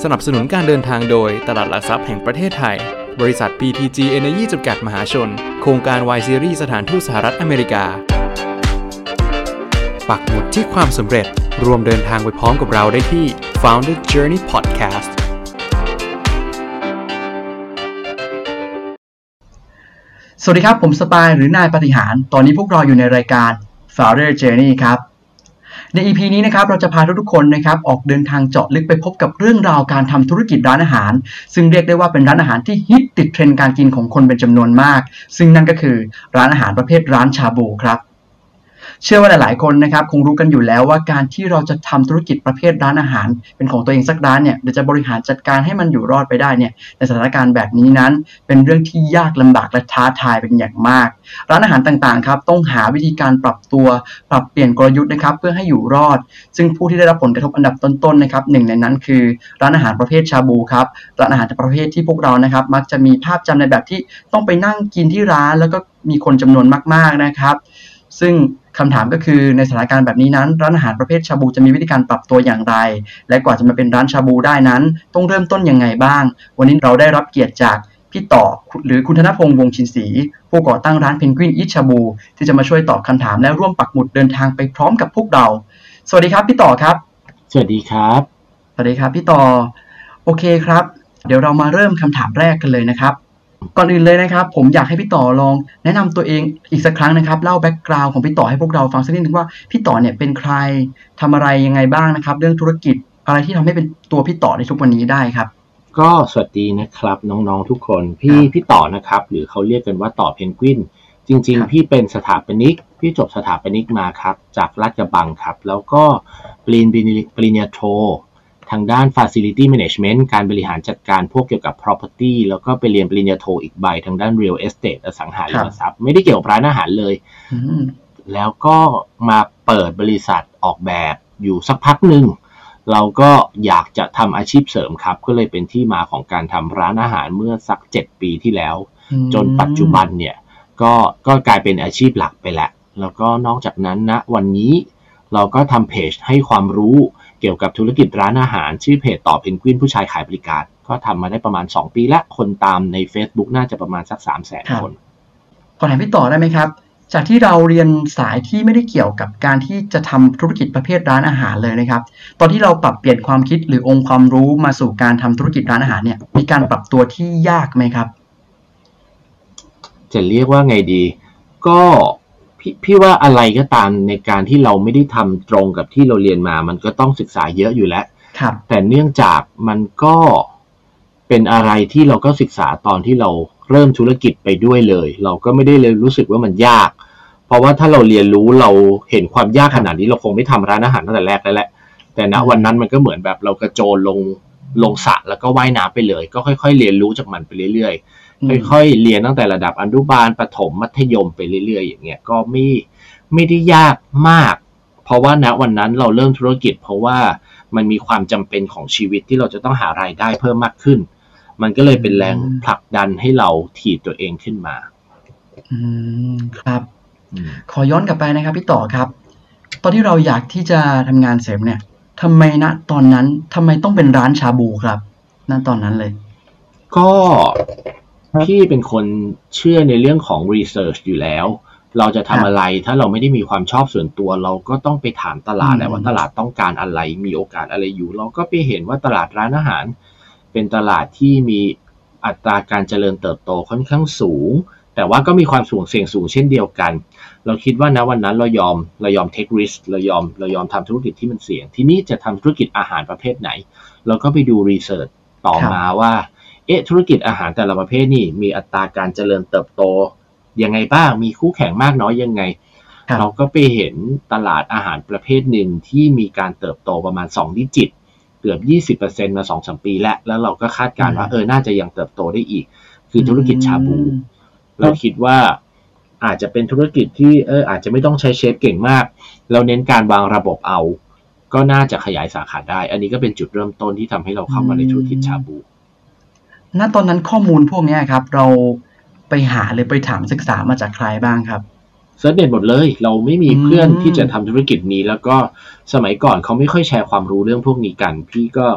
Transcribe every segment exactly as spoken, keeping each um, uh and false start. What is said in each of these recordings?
สนับสนุนการเดินทางโดยตลาดหลักทรัพย์แห่งประเทศไทยบริษัท พี ที จี Energy จำกัดมหาชนโครงการ Y Series สถานทูตสหรัฐอเมริกาปักหมุดที่ความสำเร็จรวมเดินทางไปพร้อมกับเราได้ที่ Founder Journey Podcast สวัสดีครับผมสปายหรือนายปฏิหารตอนนี้พวกเราอยู่ในรายการ Founder Journey ครับใน อี พี นี้นะครับเราจะพาทุกๆคนนะครับออกเดินทางเจาะลึกไปพบกับเรื่องราวการทำธุรกิจร้านอาหารซึ่งเรียกได้ว่าเป็นร้านอาหารที่ฮิตติดเทรนด์การกินของคนเป็นจำนวนมากซึ่งนั่นก็คือร้านอาหารประเภทร้านชาบูครับเชื่อว่าหลายๆคนนะครับคงรู้กันอยู่แล้วว่าการที่เราจะทำธุรกิจประเภทร้านอาหารเป็นของตัวเองสักร้านเนี่ยเดี๋ยวจะบริหารจัดการให้มันอยู่รอดไปได้เนี่ยในสถานการณ์แบบนี้นั้นเป็นเรื่องที่ยากลำบากและท้าทายเป็นอย่างมากร้านอาหารต่างๆครับต้องหาวิธีการปรับตัวปรับเปลี่ยนกลยุทธ์นะครับเพื่อให้อยู่รอดซึ่งผู้ที่ได้รับผลกระทบอันดับต้นๆนะครับหนึ่งในนั้นคือร้านอาหารประเภทชาบูครับร้านอาหารประเภทที่พวกเรานะครับมักจะมีภาพจำในแบบที่ต้องไปนั่งกินที่ร้านแล้วก็มีคนจำนวนมากๆนะครับซึ่งคำถามก็คือในสถานการณ์แบบนี้นั้นร้านอาหารประเภทชาบูจะมีวิธีการปรับตัวอย่างไรและกว่าจะมาเป็นร้านชาบูได้นั้นต้องเริ่มต้นยังไงบ้างวันนี้เราได้รับเกียรติจากพี่ต่อหรือคุณธนพงษ์วงศ์ชินศรีผู้ก่อตั้งร้านเพนกวินอีทชาบูที่จะมาช่วยตอบคำถามและร่วมปักหมุดเดินทางไปพร้อมกับพวกเราสวัสดีครับพี่ต่อครับสวัสดีครับสวัสดีครับพี่ต่อโอเคครับเดี๋ยวเรามาเริ่มคำถามแรกกันเลยนะครับก่อนอื่นเลยนะครับผมอยากให้พี่ต่อลองแนะนำตัวเองอีกสักครั้งนะครับเล่าแบ็กกราวด์ของพี่ต่อให้พวกเราฟังสักนิดนึงว่าพี่ต่อเนี่ยเป็นใครทำอะไรยังไงบ้างนะครับเรื่องธุรกิจอะไรที่ทำให้เป็นตัวพี่ต่อในทุกวันนี้ได้ครับก็สวัสดีนะครับน้องๆทุกคนพี่พี่ต่อนะครับหรือเขาเรียกกันว่าต่อเพนกวินจริงๆพี่เป็นสถาปนิกพี่จบสถาปนิกมาครับจากลาดกระบังครับแล้วก็ปริญญาปริญญาโททางด้าน Facility Management การบริหารจัดการพวกเกี่ยวกับ property แล้วก็ไปเรียนปริญญาโทอีกใบทางด้าน real estate อสังหาริมทรัพย์ไม่ได้เกี่ยวกับร้านอาหารเลยแล้วก็มาเปิดบริษัทออกแบบอยู่สักพักหนึ่งเราก็อยากจะทำอาชีพเสริมครับก็เลยเป็นที่มาของการทำร้านอาหารเมื่อสักเจ็ดปีที่แล้วจนปัจจุบันเนี่ยก็ก็กลายเป็นอาชีพหลักไปแล้วแล้วก็นอกจากนั้นนะวันนี้เราก็ทำเพจให้ความรู้เกี่ยวกับธุรกิจร้านอาหารชื่อเพจต่อเพนกวินผู้ชายขายบริการก็ทำมาได้ประมาณสองปีแล้วคนตามใน Facebook น่าจะประมาณสัก สามแสน คนขอถามพี่ต่อได้ไหมครับจากที่เราเรียนสายที่ไม่ได้เกี่ยวกับการที่จะทำธุรกิจประเภทร้านอาหารเลยนะครับตอนที่เราปรับเปลี่ยนความคิดหรือองค์ความรู้มาสู่การทำธุรกิจร้านอาหารเนี่ยมีการปรับตัวที่ยากไหมครับจะเรียกว่าไงดีก็พี่พี่ว่าอะไรก็ตามในการที่เราไม่ได้ทำตรงกับที่เราเรียนมามันก็ต้องศึกษาเยอะอยู่แล้วแต่เนื่องจากมันก็เป็นอะไรที่เราก็ศึกษาตอนที่เราเริ่มธุรกิจไปด้วยเลยเราก็ไม่ได้เลยรู้สึกว่ามันยากเพราะว่าถ้าเราเรียนรู้เราเห็นความยากขนาดนี้เราคงไม่ทำร้านอาหารตั้งแต่แรกแล้วแหละแต่ณวันนั้นมันก็เหมือนแบบเรากระโจนลงลงสระแล้วก็ว่ายน้ำไปเลยก็ค่อยๆเรียนรู้จากมันไปเรื่อยๆค่อยๆเรียนตั้งแต่ระดับอนุบาลประถมมัธยมไปเรื่อยๆอย่างเงี้ยก็ไม่ไม่ได้ยากมากเพราะว่าณวันนั้นเราเริ่มธุรกิจเพราะว่ามันมีความจำเป็นของชีวิตที่เราจะต้องหารายได้เพิ่มมากขึ้นมันก็เลยเป็นแรงผลักดันให้เราถีบตัวเองขึ้นมาอืมครับขอย้อนกลับไปนะครับพี่ต่อครับตอนที่เราอยากที่จะทำงานเสริมเนี่ยทำไมณตอนนั้นทำไมต้องเป็นร้านชาบูครับณตอนนั้นเลยก็พี่เป็นคนเชื่อในเรื่องของ research อยู่แล้วเราจะทำอะไรถ้าเราไม่ได้มีความชอบส่วนตัวเราก็ต้องไปถามตลาดแหละว่าตลาดต้องการอะไรมีโอกาสอะไรอยู่เราก็ไปเห็นว่าตลาดร้านอาหารเป็นตลาดที่มีอัตราการเจริญเติบโตค่อนข้างสูงแต่ว่าก็มีความสูงเสี่ยงสูงเช่นเดียวกันเราคิดว่าณวันนั้นเรายอมเรายอม take risk เรายอมเรายอมทำธุรกิจที่มันเสี่ยงทีนี้จะทำธุรกิจอาหารประเภทไหนเราก็ไปดู research ต่อมาว่าเอ๊ะธุรกิจอาหารแต่ละประเภทนี่มีอัตราการเจริญเติบโตยังไงบ้างมีคู่แข่งมากน้อยยังไงเราก็ไปเห็นตลาดอาหารประเภทหนึ่งที่มีการเติบโตประมาณสองดิจิตเกือบ ยี่สิบเปอร์เซ็นต์ มา สองถึงสาม ปีแล้วแล้วเราก็คาดการณ์ว่าเออน่าจะยังเติบโตได้อีกคือธุรกิจชาบูเราคิดว่าอาจจะเป็นธุรกิจที่เอออาจจะไม่ต้องใช้เชฟเก่งมากเราเน้นการวางระบบเอาก็น่าจะขยายสาขาได้อันนี้ก็เป็นจุดเริ่มต้นที่ทำให้เราเข้ามาในธุรกิจชาบูณตอนนั้นข้อมูลพวกนี้ครับเราไปหาหรือไปถามศึกษามาจากใครบ้างครับเซิร์ชเน็ตหมดเลยเราไม่มีเพื่อนที่จะทำธุรกิจนี้แล้วก็สมัยก่อนเขาไม่ค่อยแชร์ความรู้เรื่องพวกนี้กันพี่ก็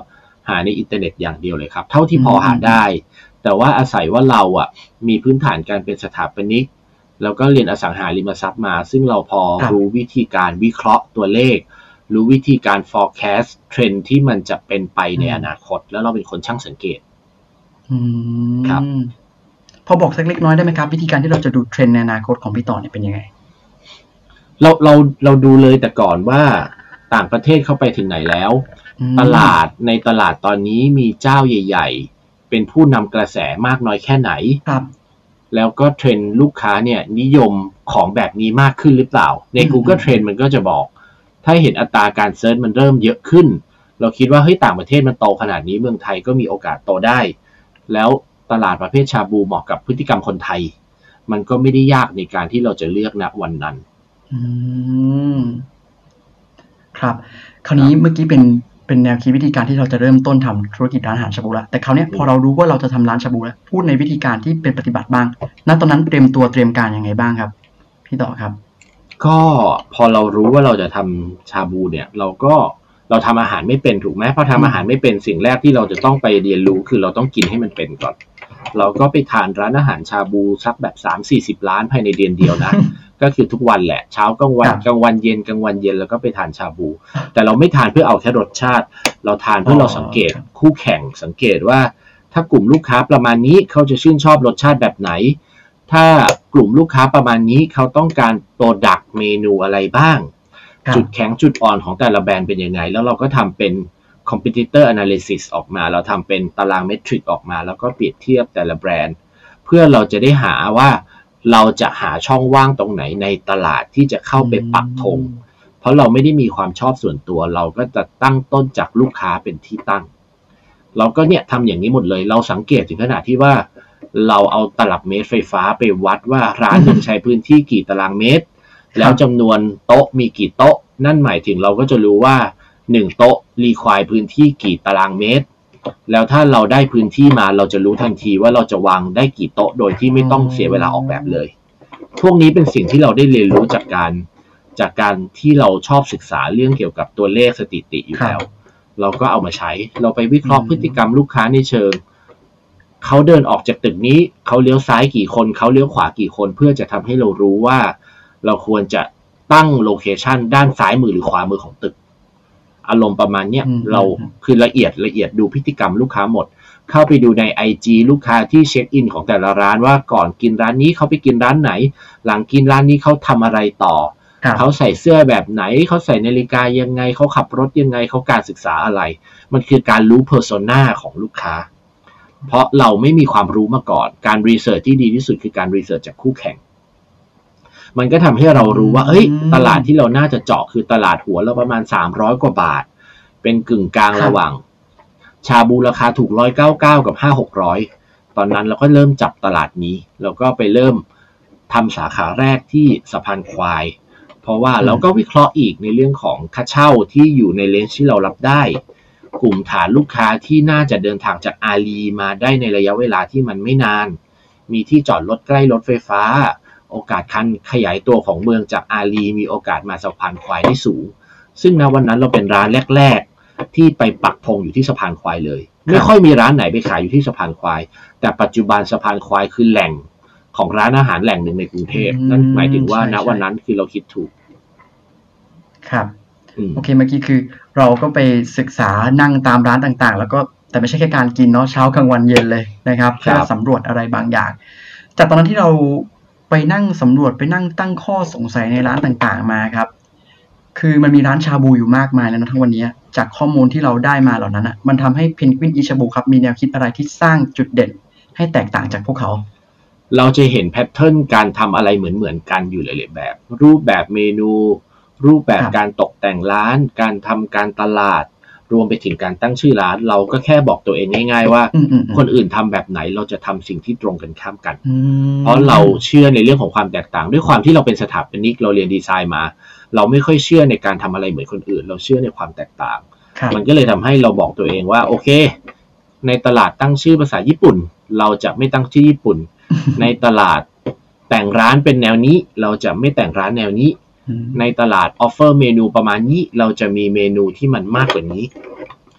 หาในอินเทอร์เน็ตอย่างเดียวเลยครับเท่าที่พอหาได้แต่ว่าอาศัยว่าเราอ่ะมีพื้นฐานการเป็นสถาปนิกแล้วก็เรียนอสังหาริมทรัพย์มาซึ่งเราพอรู้วิธีการวิเคราะห์ตัวเลขรู้วิธีการ forecast เทรนด์ที่มันจะเป็นไปในอนาคตแล้วเราเป็นคนช่างสังเกตครับพอบอกสักเล็กน้อยได้ไหมครับวิธีการที่เราจะดูเทรนด์ในอนาคตของพี่ต่อเนี่ยเป็นยังไงเราเราเราดูเลยแต่ก่อนว่าต่างประเทศเข้าไปถึงไหนแล้วตลาดในตลาดตอนนี้มีเจ้าใหญ่ๆเป็นผู้นำกระแสมากน้อยแค่ไหนครับแล้วก็เทรนด์ลูกค้าเนี่ยนิยมของแบบนี้มากขึ้นหรือเปล่าใน Google Trend มันก็จะบอกถ้าเห็นอัตราการเซิร์ชมันเริ่มเยอะขึ้นเราคิดว่าเฮ้ยต่างประเทศมันโตขนาดนี้เมืองไทยก็มีโอกาสโตได้แล้วตลาดประเภทชาบูเหมาะกับพฤติกรรมคนไทยมันก็ไม่ได้ยากในการที่เราจะเลือกณวันนั้นอืมครับคราวนี้เมื่อกี้เป็นเป็นแนวคิดวิธีการที่เราจะเริ่มต้นทำธุรกิจร้านอาหารชาบูแล้วแต่คราวนี้พอเรารู้ว่าเราจะทำร้านชาบูแล้วพูดในวิธีการที่เป็นปฏิบัติบ้างณตอนนั้นเตรียมตัวเตรียมการยังไงบ้างครับพี่ต่อครับก็พอเรารู้ว่าเราจะทำชาบูเนี่ยเราก็เราทำอาหารไม่เป็นถูกไหมพอทำอาหารไม่เป็นสิ่งแรกที่เราจะต้องไปเรียนรู้คือเราต้องกินให้มันเป็นก่อนเราก็ไปทานร้านอาหารชาบูสักแบบ สามถึงสี่สิบ ร้านภายในเดือนเดียวนะ ก็คือทุกวันแหละเช้ากลางวันกลางวันเย็นกลางวันเย็นแล้วก็ไปทานชาบูแต่เราไม่ทานเพื่อเอาแค่รสชาติเราทานเพื่อเราสังเกตคู่แข่งสังเกตว่าถ้ากลุ่มลูกค้าประมาณนี้เขาจะชื่นชอบรสชาติแบบไหนถ้ากลุ่มลูกค้าประมาณนี้เขาต้องการโปรดักต์เมนูอะไรบ้างจุดแข็งจุดอ่อนของแต่ละแบรนด์เป็นยังไงแล้วเราก็ทำเป็น competitor analysis ออกมาเราทำเป็นตารางเมทริกออกมาแล้วก็เปรียบเทียบแต่ละแบรนด์เพื่อเราจะได้หาว่าเราจะหาช่องว่างตรงไหนในตลาดที่จะเข้าไปปักธงเพราะเราไม่ได้มีความชอบส่วนตัวเราก็จะตั้งต้นจากลูกค้าเป็นที่ตั้งเราก็เนี่ยทำอย่างนี้หมดเลยเราสังเกตถึงขนาดที่ว่าเราเอาตลับเมตรไฟฟ้าไปวัดว่าร้านหนึ่งใช้พื้นที่กี่ตารางเมตรแล้วจำนวนโต๊ะมีกี่โต๊ะนั่นหมายถึงเราก็จะรู้ว่าหนึ่งโต๊ะรีควายพื้นที่กี่ตารางเมตรแล้วถ้าเราได้พื้นที่มาเราจะรู้ทันทีว่าเราจะวางได้กี่โต๊ะโดยที่ไม่ต้องเสียเวลาออกแบบเลยพวกนี้เป็นสิ่งที่เราได้เรียนรู้จากการจากการที่เราชอบศึกษาเรื่องเกี่ยวกับตัวเลขสถิติอยู่แล้วเราก็เอามาใช้เราไปวิเคราะห์พฤติกรรมลูกค้าในเชิงเขาเดินออกจากตึกนี้เขาเลี้ยวซ้ายกี่คนเขาเลี้ยวขวากี่คนเพื่อจะทำให้เรารู้ว่าเราควรจะตั้งโลเคชันด้านซ้ายมือหรือขวามือของตึกอารมณ์ประมาณเนี้ยเราคือละเอียดละเอียดดูพฤติกรรมลูกค้าหมดเข้าไปดูใน ไอ จี ลูกค้าที่เช็คอินของแต่ละร้านว่าก่อนกินร้านนี้เขาไปกินร้านไหนหลังกินร้านนี้เขาทำอะไรต่อเขาใส่เสื้อแบบไหนเขาใส่นาฬิกายังไงเขาขับรถยังไงเขาการศึกษาอะไรมันคือการรู้เพอร์โซน่าของลูกค้าเพราะเราไม่มีความรู้มาก่อนการรีเสิร์ชที่ดีที่สุดคือการรีเสิร์ชจากคู่แข่งมันก็ทำให้เรารู้ว่าเอ้ยตลาดที่เราน่าจะเจาะคือตลาดหัวเราประมาณสามร้อยกว่าบาทเป็นกึ่งกลางระหว่างชาบูราคาถูกหนึ่งร้อยเก้าสิบเก้ากับ ห้าหกร้อย ตอนนั้นเราก็เริ่มจับตลาดนี้แล้วก็ไปเริ่มทำสาขาแรกที่สะพานควายเพราะว่าเราก็วิเคราะห์อีกในเรื่องของค่าเช่าที่อยู่ในเลนจ์ที่เรารับได้กลุ่มฐานลูกค้าที่น่าจะเดินทางจากอาลีมาได้ในระยะเวลาที่มันไม่นานมีที่จอดรถใกล้รถไฟฟ้าโอกาสการขยายตัวของเมืองจากอาลีมีโอกาสมาสะพานควายได้สูงซึ่งณวันนั้นเราเป็นร้านแรกๆที่ไปปักธงอยู่ที่สะพานควายเลยไม่ค่อยมีร้านไหนไปขายอยู่ที่สะพานควายแต่ปัจจุบันสะพานควายคือแหล่งของร้านอาหารแหล่งหนึ่งในกรุงเทพนั่นหมายถึงว่าณวันนั้นคือเราคิดถูกครับโอเคเมื่อกี้คือเราก็ไปศึกษานั่งตามร้านต่างๆแล้วก็แต่ไม่ใช่แค่การกินเนาะเช้ากลางวันเย็นเลยนะครับเพื่อสำรวจอะไรบางอย่างจากตอนนั้นที่เราไปนั่งสำรวจไปนั่งตั้งข้อสงสัยในร้านต่างๆมาครับคือมันมีร้านชาบูอยู่มากมายแล้วนะทั้งวันนี้จากข้อมูลที่เราได้มาเหล่านั้นอ่ะมันทำให้เพนกวินอิชาบูครับมีแนวคิดอะไรที่สร้างจุดเด่นให้แตกต่างจากพวกเขาเราจะเห็นแพทเทิร์นการทำอะไรเหมือนๆกันอยู่หลายๆแบบรูปแบบเมนูรูปแบบการตกแต่งร้านการทำการตลาดรวมไปถึงการตั้งชื่อร้านเราก็แค่บอกตัวเองง่ายๆว่าคนอื่นทำแบบไหนเราจะทำสิ่งที่ตรงกันข้ามกันเพราะเราเชื่อในเรื่องของความแตกต่างด้วยความที่เราเป็นสถาปนิกเราเรียนดีไซน์มาเราไม่ค่อยเชื่อในการทำอะไรเหมือนคนอื่นเราเชื่อในความแตกต่างมันก็เลยทำให้เราบอกตัวเองว่าโอเคในตลาดตั้งชื่อภาษาญี่ปุ่นเราจะไม่ตั้งชื่อญี่ปุ่นในตลาดแต่งร้านเป็นแนวนี้เราจะไม่แต่งร้านแนวนี้ในตลาดออฟเฟอร์เมนูประมาณนี้เราจะมีเมนูที่มันมากกว่านี้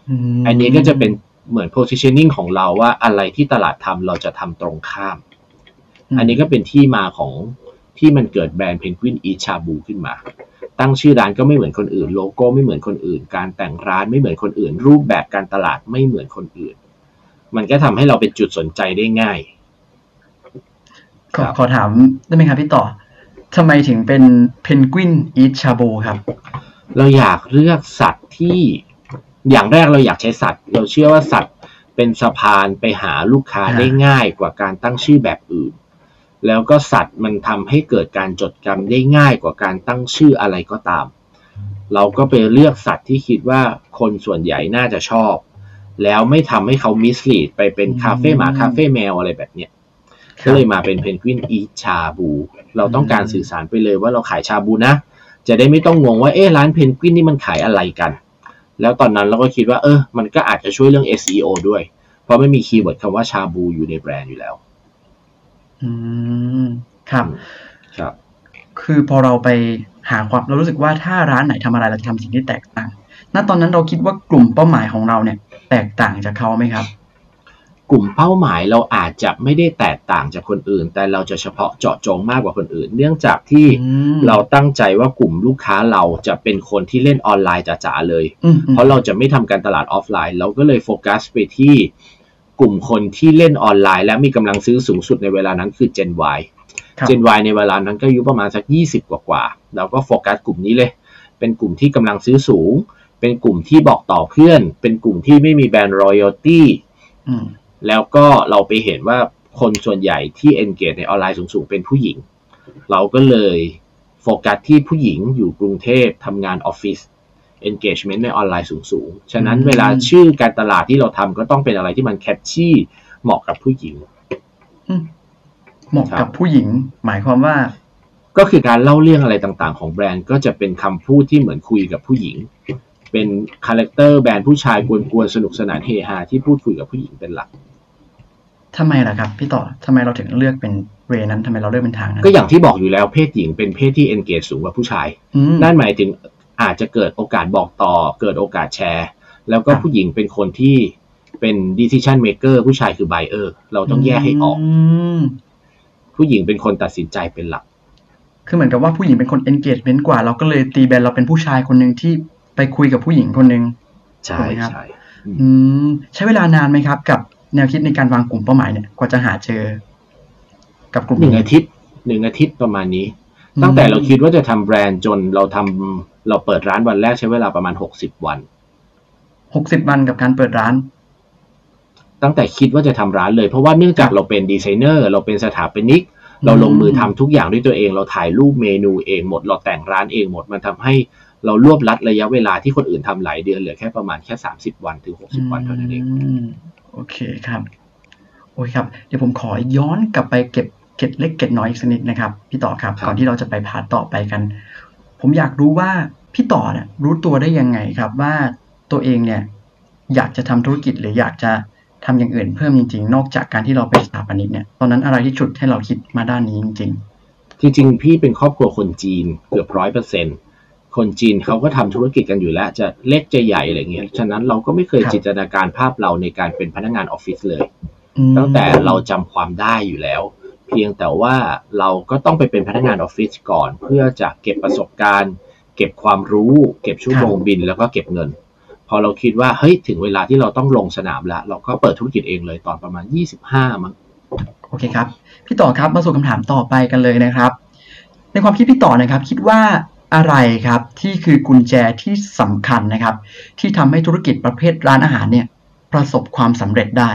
อันนี้ก็จะเป็นเหมือน positioning ของเราว่าอะไรที่ตลาดทำเราจะทำตรงข้ามอันนี้ก็เป็นที่มาของที่มันเกิดแบรนด์เพนกวินอีทชาบูขึ้นมาตั้งชื่อร้านก็ไม่เหมือนคนอื่นโลโก้ไม่เหมือนคนอื่นการแต่งร้านไม่เหมือนคนอื่นรูปแบบการตลาดไม่เหมือนคนอื่นมันก็ทำให้เราเป็นจุดสนใจได้ง่ายขอขอถามได้ไหมครับพี่ต่อทำไมถึงเป็นเพนกวินอีทชาบูครับเราอยากเลือกสัตว์ที่อย่างแรกเราอยากใช้สัตว์เราเชื่อว่าสัตว์เป็นสะพานไปหาลูกค้าได้ง่ายกว่าการตั้งชื่อแบบอื่นแล้วก็สัตว์มันทำให้เกิดการจดจำได้ง่ายกว่าการตั้งชื่ออะไรก็ตามเราก็ไปเลือกสัตว์ที่คิดว่าคนส่วนใหญ่น่าจะชอบแล้วไม่ทำให้เขามิสลีดไปเป็นคาเฟ่หมาคาเฟ่แมวอะไรแบบเนี้ยก็เลยมาเป็นเพนกวินอีทชาบูเราต้องการสื่อสารไปเลยว่าเราขายชาบูนะจะได้ไม่ต้องงงว่าเอ๊ะร้านเพนกวินนี่มันขายอะไรกันแล้วตอนนั้นเราก็คิดว่าเออมันก็อาจจะช่วยเรื่อง เอส อี โอ ด้วยเพราะไม่มีคีย์เวิร์ดคำว่าชาบูอยู่ในแบรนด์อยู่แล้วอืมครับครับคือพอเราไปหาความเรารู้สึกว่าถ้าร้านไหนทำอะไรเราจะทำสิ่งที่แตกต่างณตอนนั้นเราคิดว่ากลุ่มเป้าหมายของเราเนี่ยแตกต่างจากเขาไหมครับกลุ่มเป้าหมายเราอาจจะไม่ได้แตกต่างจากคนอื่นแต่เราจะเฉพาะเจาะจงมากกว่าคนอื่นเนื่องจากที่เราตั้งใจว่ากลุ่มลูกค้าเราจะเป็นคนที่เล่นออนไลน์จ๋าๆเลยเพราะเราจะไม่ทำการตลาดออฟไลน์เราก็เลยโฟกัสไปที่กลุ่มคนที่เล่นออนไลน์และมีกำลังซื้อสูงสุดในเวลานั้นคือ Gen Y Gen Y ในเวลานั้นก็อายุประมาณสักยี่สิบกว่าๆเราก็โฟกัสกลุ่มนี้เลยเป็นกลุ่มที่กำลังซื้อสูงเป็นกลุ่มที่บอกต่อเพื่อนเป็นกลุ่มที่ไม่มีแบรนด์ royalty แล้วก็เราไปเห็นว่าคนส่วนใหญ่ที่ engage ในออนไลน์สูงๆเป็นผู้หญิงเราก็เลยโฟกัสที่ผู้หญิงอยู่กรุงเทพทำงานออฟฟิศ engagement ในออนไลน์สูงๆฉะนั้นเวลาชื่อการตลาดที่เราทำก็ต้องเป็นอะไรที่มัน catchy เหมาะกับผู้หญิงเหมาะกับผู้หญิงหมายความว่าก็คือการเล่าเรื่องอะไรต่างๆของแบรนด์ก็จะเป็นคำพูดที่เหมือนคุยกับผู้หญิงเป็นคาแรคเตอร์แบรนด์ผู้ชายกวนๆสนุกสนานเฮฮาที่พูดคุยกับผู้หญิงเป็นหลักทำไมล่ะครับพี่ต่อทำไมเราถึงเลือกเป็นเวนั้นทำไมเราเลือกเป็นทางนั้นก็อย่างที่บอกอยู่แล้วเพศหญิงเป็นเพศที่ engage สูงกว่าผู้ชายนั่นหมายถึงอาจจะเกิดโอกาสบอกต่อเกิดโอกาสแชร์แล้วก็ผู้หญิงเป็นคนที่เป็น decision maker ผู้ชายคือ buyer เราต้องแยกให้ออกผู้หญิงเป็นคนตัดสินใจเป็นหลักคือเหมือนกับว่าผู้หญิงเป็นคน engagement กว่าเราก็เลยตีแบรนด์เราเป็นผู้ชายคนนึงที่ไปคุยกับผู้หญิงคนนึงใช่ใช่ใช้เวลานานไหมครับกับแนวคิดในการวางกลุ่มเป้าหมายเนี่ยกว่าจะหาเจอกับกลุ่มหนึ่งอาทิตย์หนึ่งอาทิตย์ประมาณนี้ตั้งแต่เราคิดว่าจะทำแบรนด์จนเราทำเราเปิดร้านวันแรกใช้เวลาประมาณหกสิบวันหกสิบวันกับการเปิดร้านตั้งแต่คิดว่าจะทำร้านเลยเพราะว่าเนื่องจากเราเป็นดีไซเนอร์เราเป็นสถาปนิกเราลงมือทำทุกอย่างด้วยตัวเองเราถ่ายรูปเมนูเองหมดเราแต่งร้านเองหมดมันทำให้เรารวบรัดระยะเวลาที่คนอื่นทำหลายเดือนเหลือแค่ประมาณแค่สามสิบวันถึงหกสิบวันเท่านั้นเองโอเคครับโอ้ยครับเดี๋ยวผมขอย้อนกลับไปเก็บเก็ดเล็กเก็ดน้อยอีกสักนิดนะครับพี่ต่อครับก่อนที่เราจะไปพาร์ทต่อไปกันผมอยากรู้ว่าพี่ต่อเนี่ยรู้ตัวได้ยังไงครับว่าตัวเองเนี่ยอยากจะทำธุรกิจหรืออยากจะทำอย่างอื่นเพิ่มจริงๆนอกจากการที่เราเป็นสถาปนิกเนี่ยตอนนั้นอะไรที่ฉุดให้เราคิดมาด้านนี้จริงๆจริงๆพี่เป็นครอบครัวคนจีนเกือบร้อยเปอร์เซ็นต์คนจีนเขาก็ทำธุรกิจกันอยู่แล้วจะเล็กจะใหญ่อะไรเงี้ยฉะนั้นเราก็ไม่เคยจินตนาการภาพเราในการเป็นพนักงานออฟฟิศเลยตั้งแต่เราจำความได้อยู่แล้วเพียงแต่ว่าเราก็ต้องไปเป็นพนักงานออฟฟิศก่อนเพื่อจะเก็บประสบการณ์เก็บความรู้เก็บชั่วโมงบินแล้วก็เก็บเงินพอเราคิดว่าเฮ้ยถึงเวลาที่เราต้องลงสนามแล้วเราก็เปิดธุรกิจเองเลยตอนประมาณยี่สิบห้ามั้งโอเคครับพี่ต่อครับมาสู่คำถามต่อไปกันเลยนะครับในความคิดพี่ต่อนะครับคิดว่าอะไรครับที่คือกุญแจที่สำคัญนะครับที่ทำให้ธุรกิจประเภทร้านอาหารเนี่ยประสบความสำเร็จได้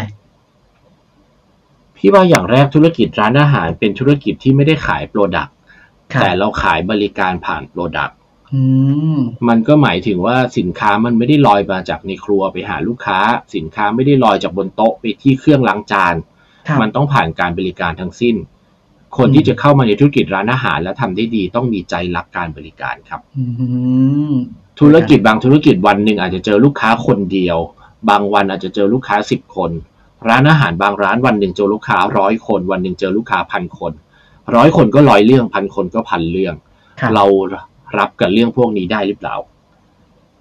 พี่ว่าอย่างแรกธุรกิจร้านอาหารเป็นธุรกิจที่ไม่ได้ขายโปรดักต์แต่เราขายบริการผ่านโปรดักต์มันก็หมายถึงว่าสินค้ามันไม่ได้ลอยมาจากในครัวไปหาลูกค้าสินค้าไม่ได้ลอยจากบนโต๊ะไปที่เครื่องล้างจานมันต้องผ่านการบริการทั้งสิ้นคนที่จะเข้ามาในธุรกิจร้านอาหารและทำได้ดีต้องมีใจรักการบริการครับธุรกิจบางธุรกิจวันหนึ่งอาจจะเจอลูกค้าคนเดียวบางวันอาจจะเจอลูกค้าสิบคนร้านอาหารบางร้านวันหนึ่งเจอลูกค้าร้อยคนวันหนึ่งเจอลูกค้าพันคนร้อยคนก็ร้อยเรื่องพันคนก็พันเรื่องเรารับกับเรื่องพวกนี้ได้หรือเปล่า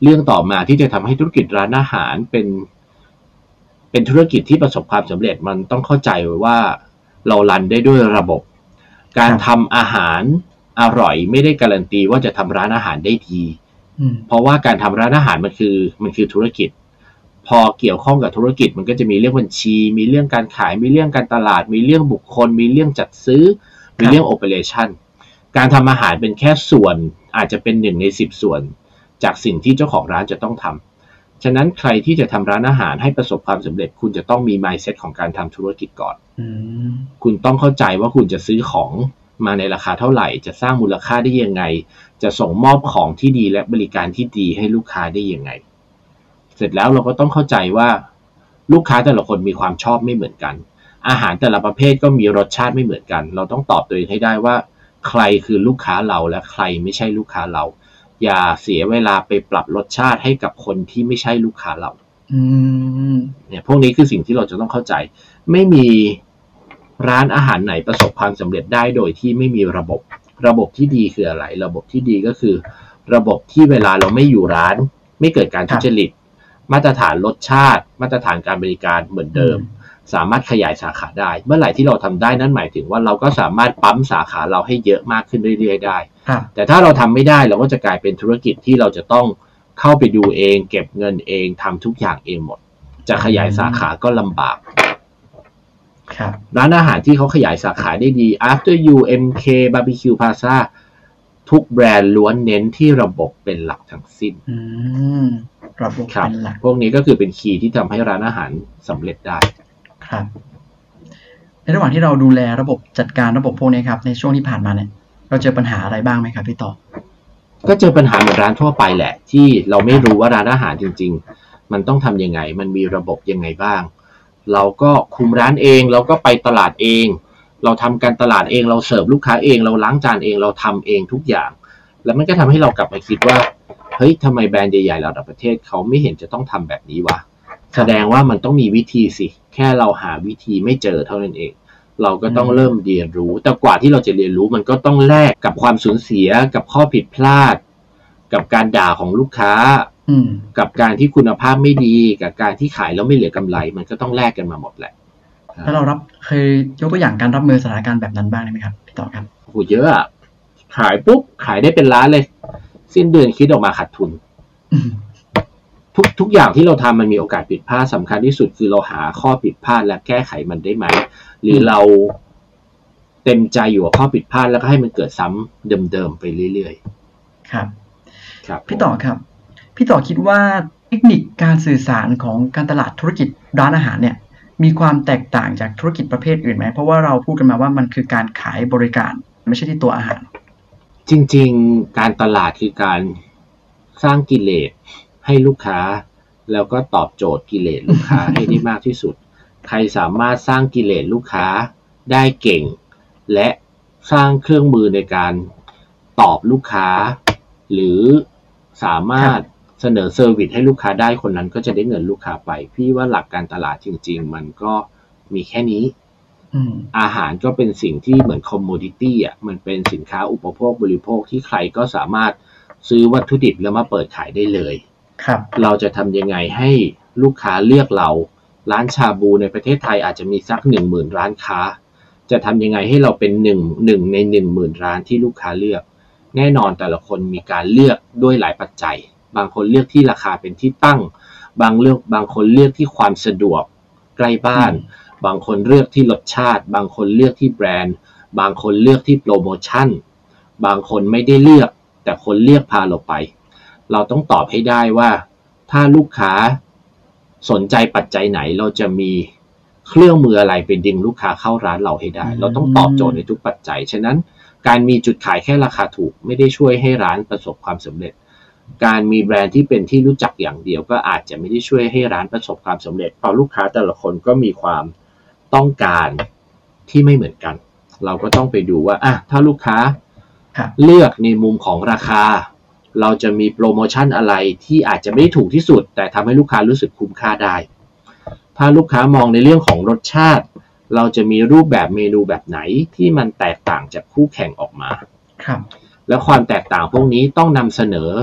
เรื่องต่อมาที่จะทำให้ธุรกิจร้านอาหารเป็นเป็นธุรกิจที่ประสบความสำเร็จมันต้องเข้าใจว่าเรารันได้ด้วยระบบการทำอาหารอร่อยไม่ได้การันตีว่าจะทำร้านอาหารได้ดีเพราะว่าการทำร้านอาหารมันคือมันคือธุรกิจพอเกี่ยวข้องกับธุรกิจมันก็จะมีเรื่องบัญชีมีเรื่องการขายมีเรื่องการตลาดมีเรื่องบุคคลมีเรื่องจัดซื้อมีเรื่องโอเปอเรชั่นการทำอาหารเป็นแค่ส่วนอาจจะเป็นหนึ่งในสิบส่วนจากสิ่งที่เจ้าของร้านจะต้องทำฉะนั้นใครที่จะทำร้านอาหารให้ประสบความสำเร็จคุณจะต้องมี mindset ของการทำธุรกิจก่อนคุณต้องเข้าใจว่าคุณจะซื้อของมาในราคาเท่าไหร่จะสร้างมูลค่าได้ยังไงจะส่งมอบของที่ดีและบริการที่ดีให้ลูกค้าได้ยังไงเสร็จแล้วเราก็ต้องเข้าใจว่าลูกค้าแต่ละคนมีความชอบไม่เหมือนกันอาหารแต่ละประเภทก็มีรสชาติไม่เหมือนกันเราต้องตอบตัวเองให้ได้ว่าใครคือลูกค้าเราและใครไม่ใช่ลูกค้าเราอย่าเสียเวลาไปปรับรสชาติให้กับคนที่ไม่ใช่ลูกค้าเราเนี่ยพวกนี้คือสิ่งที่เราจะต้องเข้าใจไม่มีร้านอาหารไหนประสบความสำเร็จได้โดยที่ไม่มีระบบระบบที่ดีคืออะไรระบบที่ดีก็คือระบบที่เวลาเราไม่อยู่ร้านไม่เกิดการทุจริตมาตรฐานรสชาติมาตรฐานการบริการเหมือนเดิมสามารถขยายสาขาได้เมื่อไหร่ที่เราทำได้นั่นหมายถึงว่าเราก็สามารถปั๊มสาขาเราให้เยอะมากขึ้นเรื่อยๆได้แต่ถ้าเราทำไม่ได้เราก็จะกลายเป็นธุรกิจที่เราจะต้องเข้าไปดูเองเก็บเงินเองทำทุกอย่างเองหมดจะขยายสาขาก็ลำบากร้านอาหารที่เขาขยายสาขาได้ดี After You เอ็ม เค Barbecue Plaza ทุกแบรนด์ล้วนเน้นที่ระบบเป็นหลักทั้งสิ้นระบบเป็นหลักพวกนี้ก็คือเป็นคีย์ที่ทำให้ร้านอาหารสำเร็จได้ครับในระหว่างที่เราดูแลระบบจัดการระบบพวกนี้ครับในช่วงที่ผ่านมาเนี่ยเราเจอปัญหาอะไรบ้างไหมครับพี่ต่อก็เจอปัญหาเหมือนร้านทั่วไปแหละที่เราไม่รู้ว่าร้านอาหารจริงๆมันต้องทำยังไงมันมีระบบยังไงบ้างเราก็คุมร้านเองเราก็ไปตลาดเองเราทำการตลาดเองเราเสิร์ฟลูกค้าเองเราล้างจานเองเราทำเองทุกอย่างแล้วมันก็ทำให้เรากลับมาคิดว่าเฮ้ยทำไมแบรนด์ใหญ่ๆระดับประเทศเขาไม่เห็นจะต้องทำแบบนี้วะแสดงว่ามันต้องมีวิธีสิแค่เราหาวิธีไม่เจอเท่านั้นเองเราก็ต้องเริ่มเรียนรู้แต่กว่าที่เราจะเรียนรู้มันก็ต้องแลกกับความสูญเสียกับข้อผิดพลาดกับการด่าของลูกค้ากับการที่คุณภาพไม่ดีกับการที่ขายแล้วไม่เหลือกำไรมันก็ต้องแลกกันมาหมดแหละถ้าเรารับเคยยกตัวอย่างการรับมือสถานการณ์แบบนั้นบ้างได้ไหมครับพี่ต่อครับโอ้เยอะอะขายปุ๊บขายได้เป็นล้านเลยสิ้นเดือนคิดออกมาขาดทุนทุกทุกอย่างที่เราทำมันมีโอกาสผิดพลาดสำคัญที่สุดคือเราหาข้อผิดพลาดและแก้ไขมันได้ไหมหรือเราเต็มใจอยู่กับข้อผิดพลาดแล้วก็ให้มันเกิดซ้ำเดิมๆไปเรื่อยๆครับครับพี่ต่อครับพี่ต่อคิดว่าเทคนิคการสื่อสารของการตลาดธุรกิจร้านอาหารเนี่ยมีความแตกต่างจากธุรกิจประเภทอื่นไหมเพราะว่าเราพูดกันมาว่ามันคือการขายบริการไม่ใช่ที่ตัวอาหารจริงๆการตลาดคือการสร้างกิเลสให้ลูกค้าแล้วก็ตอบโจทย์กิเลสลูกค้าให้ได้มากที่สุดใครสามารถสร้างกิเลสลูกค้าได้เก่งและสร้างเครื่องมือในการตอบลูกค้าหรือสามารถเสนอเซอร์วิสให้ลูกค้าได้คนนั้นก็จะได้เงินลูกค้าไปพี่ว่าหลักการตลาดจริงๆมันก็มีแค่นี้อาหารก็เป็นสิ่งที่เหมือนคอมโมดิตี้อ่ะมันเป็นสินค้าอุปโภคบริโภคที่ใครก็สามารถซื้อวัตถุดิบแล้วมาเปิดขายได้เลยครับเราจะทำยังไงให้ลูกค้าเลือกเราร้านชาบูในประเทศไทยอาจจะมีสักหนึ่งหมื่นร้านค้าจะทำยังไงให้เราเป็นหนึ่งหนึ่งในหนึ่งหมื่นร้านที่ลูกค้าเลือกแน่นอนแต่ละคนมีการเลือกด้วยหลายปัจจัยบางคนเลือกที่ราคาเป็นที่ตั้งบางเลือกบางคนเลือกที่ความสะดวกใกล้บ้านบางคนเลือกที่รสชาติบางคนเลือกที่แบรนด์บางคนเลือกที่โปรโมชั่นบางคนไม่ได้เลือกแต่คนเลือกพาเราไปเราต้องตอบให้ได้ว่าถ้าลูกค้าสนใจปัจจัยไหนเราจะมีเครื่องมืออะไรไปดึงลูกค้าเข้าร้านเราให้ได้เราต้องตอบโจทย์ในทุกปัจจัยฉะนั้นการมีจุดขายแค่ราคาถูกไม่ได้ช่วยให้ร้านประสบความสำเร็จการมีแบรนด์ที่เป็นที่รู้จักอย่างเดียวก็อาจจะไม่ได้ช่วยให้ร้านประสบความสำเร็จเพราะลูกค้าแต่ละคนก็มีความต้องการที่ไม่เหมือนกันเราก็ต้องไปดูว่าอ่ะถ้าลูกค้าเลือกในมุมของราคาเราจะมีโปรโมชั่นอะไรที่อาจจะไม่ได้ถูกที่สุดแต่ทำให้ลูกค้ารู้สึกคุ้มค่าได้ถ้าลูกค้ามองในเรื่องของรสชาติเราจะมีรูปแบบเมนูแบบไหนที่มันแตกต่างจากคู่แข่งออกมาครับแล้วความแตกต่างพวกนี้ต้องนำเสนอ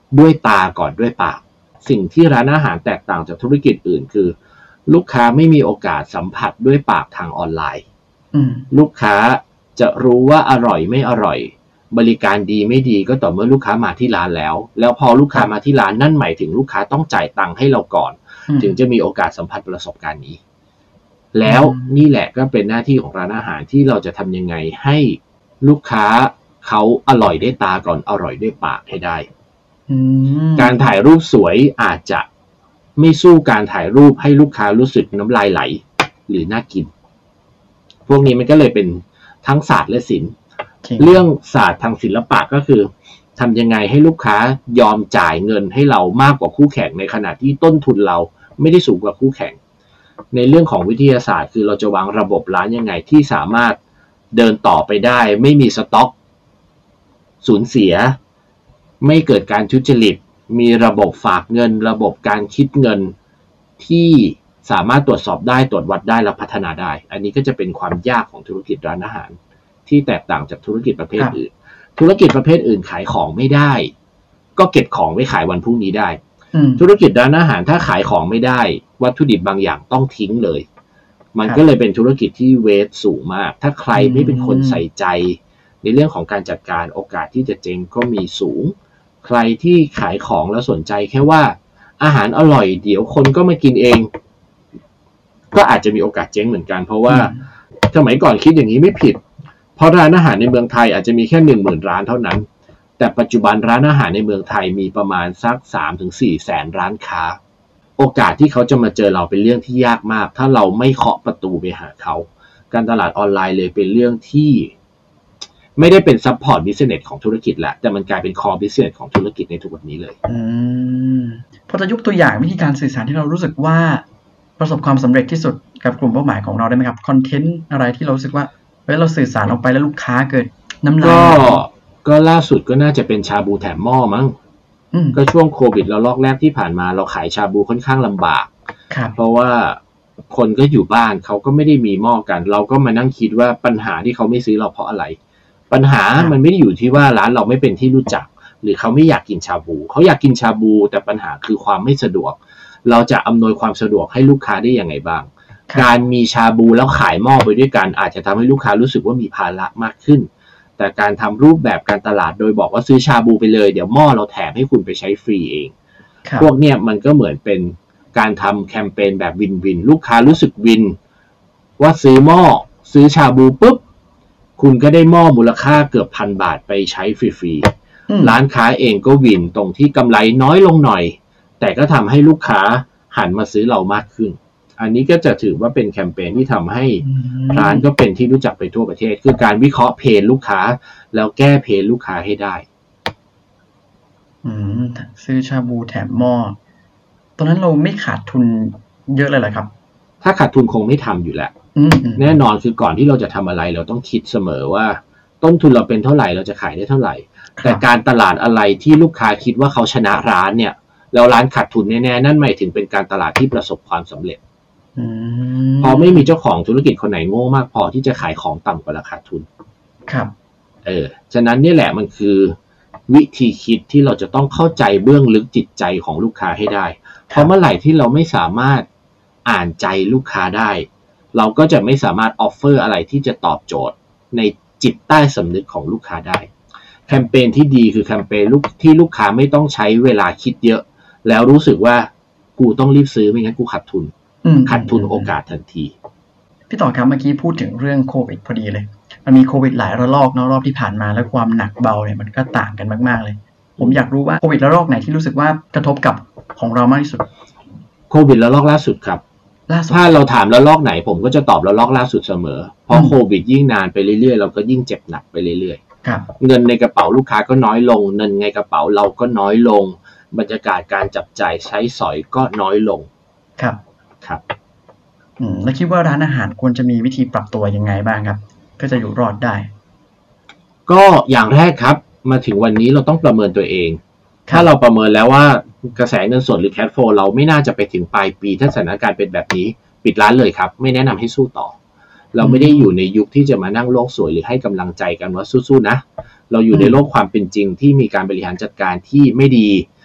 ด้วยตาก่อนด้วยปากสิ่งที่ร้านอาหารแตกต่างจากธุรกิจอื่นคือลูกค้าไม่มีโอกาสสัมผัสด้วยปากทางออนไลน์ลูกค้าจะรู้ว่าอร่อยไม่อร่อยบริการดีไม่ดีก็ต่อเมื่อลูกค้ามาที่ร้านแล้วแล้วพอลูกค้ามาที่ร้านนั่นหมายถึงลูกค้าต้องจ่ายตังค์ให้เราก่อนถึงจะมีโอกาสสัมผัสประสบการณ์นี้แล้วนี่แหละก็เป็นหน้าที่ของร้านอาหารที่เราจะทำยังไงให้ลูกค้าเขาอร่อยด้วยตาก่อนอร่อยด้วยปากให้ได้การถ่ายรูปสวยอาจจะไม่สู้การถ่ายรูปให้ลูกค้ารู้สึกน้ำลายไหลหรือน่ากินพวกนี้มันก็เลยเป็นทั้งศาสตร์และศิลป์เรื่องศาสตร์ทางศิลปะก็คือทำยังไงให้ลูกค้ายอมจ่ายเงินให้เรามากกว่าคู่แข่งในขณะที่ต้นทุนเราไม่ได้สูงกว่าคู่แข่งในเรื่องของวิทยาศาสตร์คือเราจะวางระบบร้านยังไงที่สามารถเดินต่อไปได้ไม่มีสต็อกสูญเสียไม่เกิดการทุจริตมีระบบฝากเงินระบบการคิดเงินที่สามารถตรวจสอบได้ตรวจวัดได้และพัฒนาได้อันนี้ก็จะเป็นความยากของธุรกิจร้านอาหารที่แตกต่างจากธุรกิจประเภทอื่นธุรกิจประเภทอื่นขายของไม่ได้ก็เก็บของไว้ขายวันพรุ่งนี้ได้ธุรกิจร้านอาหารถ้าขายของไม่ได้วัตถุดิบบางอย่างต้องทิ้งเลยมันก็เลยเป็นธุรกิจที่เวทสูงมากถ้าใครไม่เป็นคนใส่ใจในเรื่องของการจัดการโอกาสที่จะเจ๊งก็มีสูงใครที่ขายของแล้วสนใจแค่ว่าอาหารอร่อยเดี๋ยวคนก็มากินเองก็อาจจะมีโอกาสเจ๊งเหมือนกันเพราะว่าสมัยก่อนคิดอย่างนี้ไม่ผิดเพราะร้านอาหารในเมืองไทยอาจจะมีแค่ หนึ่งหมื่น ร้านเท่านั้นแต่ปัจจุบันร้านอาหารในเมืองไทยมีประมาณสัก สามถึงสี่ แสนร้านค้าโอกาสที่เขาจะมาเจอเราเป็นเรื่องที่ยากมากถ้าเราไม่เคาะประตูไปหาเขาการตลาดออนไลน์เลยเป็นเรื่องที่ไม่ได้เป็นซัพพอร์ตบิสเนสของธุรกิจแล้วแต่มันกลายเป็นคอบิสเนสของธุรกิจในทุกวันนี้เลยอืมพอจะยกตัวอย่างวิธีการสื่อสารที่เรารู้สึกว่าประสบความสำเร็จที่สุดกับกลุ่มเป้าหมายของเราได้ไหมครับคอนเทนต์อะไรที่เรารู้สึกว่าเฮ้ยเราสื่อสารออกไปแล้วลูกค้าเกิดน้ำลายก็ก็ล่าสุดก็น่าจะเป็นชาบูแถมหม้อมั้งก็ช่วงโควิดแล้วลอกแรกที่ผ่านมาเราขายชาบูค่อนข้างลำบากเพราะว่าคนก็อยู่บ้านเขาก็ไม่ได้มีหม้อกันเราก็มานั่งคิดว่าปัญหาที่เขาไม่ซื้อเราเพราะอะไรปัญหามันไม่ได้อยู่ที่ว่าร้านเราไม่เป็นที่รู้จักหรือเขาไม่อยากกินชาบูเขาอยากกินชาบูแต่ปัญหาคือความไม่สะดวกเราจะอำนวยความสะดวกให้ลูกค้าได้ยังไงบ้างการมีชาบูแล้วขายหม้อไปด้วยกันอาจจะทำให้ลูกค้ารู้สึกว่ามีภาระมากขึ้นแต่การทำรูปแบบการตลาดโดยบอกว่าซื้อชาบูไปเลยเดี๋ยวหม้อเราแถมให้คุณไปใช้ฟรีเองพวกเนี้ยมันก็เหมือนเป็นการทำแคมเปญแบบวินวินลูกค้ารู้สึกวินว่าซื้อหม้อซื้อชาบูปุ๊บคุณก็ได้หม้อมูลค่าเกือบพันบาทไปใช้ฟรีๆร้านค้าเองก็วินตรงที่กำไรน้อยลงหน่อยแต่ก็ทำให้ลูกค้าหันมาซื้อเรามากขึ้นอันนี้ก็จะถือว่าเป็นแคมเปญที่ทำให้ร้านก็เป็นที่รู้จักไปทั่วประเทศคือการวิเคราะห์เพนลูกค้าแล้วแก้เพนลูกค้าให้ได้อืมซื้อชาบูแถมหม้อตอนนั้นเราไม่ขาดทุนเยอะเลยเหรอครับถ้าขาดทุนคงไม่ทำอยู่แล้วแน่นอนคือก่อนที่เราจะทำอะไรเราต้องคิดเสมอว่าต้นทุนเราเป็นเท่าไหร่เราจะขายได้เท่าไหร่แต่การตลาดอะไรที่ลูกค้าคิดว่าเขาชนะร้านเนี่ยแล้วร้านขาดทุนแน่ๆนั่นหมายถึงเป็นการตลาดที่ประสบความสำเร็จพอไม่มีเจ้าของธุรกิจคนไหนโง่มากพอที่จะขายของต่ำกว่าราคาทุนครับเออฉะนั้นนี่แหละมันคือวิธีคิดที่เราจะต้องเข้าใจเบื้องลึกจิตใจของลูกค้าให้ได้เพราะเมื่อไหร่ที่เราไม่สามารถอ่านใจลูกค้าได้เราก็จะไม่สามารถออฟเฟอร์อะไรที่จะตอบโจทย์ในจิตใต้สำนึกของลูกค้าได้แคมเปญที่ดีคือแคมเปญที่ลูกค้าไม่ต้องใช้เวลาคิดเยอะแล้วรู้สึกว่ากูต้องรีบซื้อไม่งั้นกูขาดทุนขาดทุนโอกาสทันทีพี่ต่อครับเมื่อกี้พูดถึงเรื่องโควิดพอดีเลยมันมีโควิดหลายระลอกเนาะรอบที่ผ่านมาแล้วความหนักเบาเนี่ยมันก็ต่างกันมากๆเลยผมอยากรู้ว่าโควิดระลอกไหนที่รู้สึกว่ากระทบกับของเรามากที่สุดโควิดระลอกล่าสุดครับถ้าเราถามระลอกไหนผมก็จะตอบระลอกล่าสุดเสมอเพราะโควิดยิ่งนานไปเรื่อยๆเราก็ยิ่งเจ็บหนักไปเรื่อยๆเงินในกระเป๋าลูกค้าก็น้อยลงเงินในกระเป๋าเราก็น้อยลงบรรยากาศการจับจ่ายใช้สอยก็น้อยลงครับครับอืมแล้วคิดว่าร้านอาหารควรจะมีวิธีปรับตัวยังไงบ้างครับก็จะอยู่รอดได้ก็อย่างแรกครับมาถึงวันนี้เราต้องประเมินตัวเองถ้าเราประเมินแล้วว่ากระแสเงินสดหรือแคชโฟลว์เราไม่น่าจะไปถึงปลายปีถ้าสถานการณ์เป็นแบบนี้ปิดร้านเลยครับไม่แนะนำให้สู้ต่อเราไม่ได้อยู่ในยุคที่จะมานั่งโลกสวยหรือให้กำลังใจกันว่าสู้ๆนะเราอยู่ในโลกความเป็นจริงที่มีการบริหารจัดการที่ไม่ดี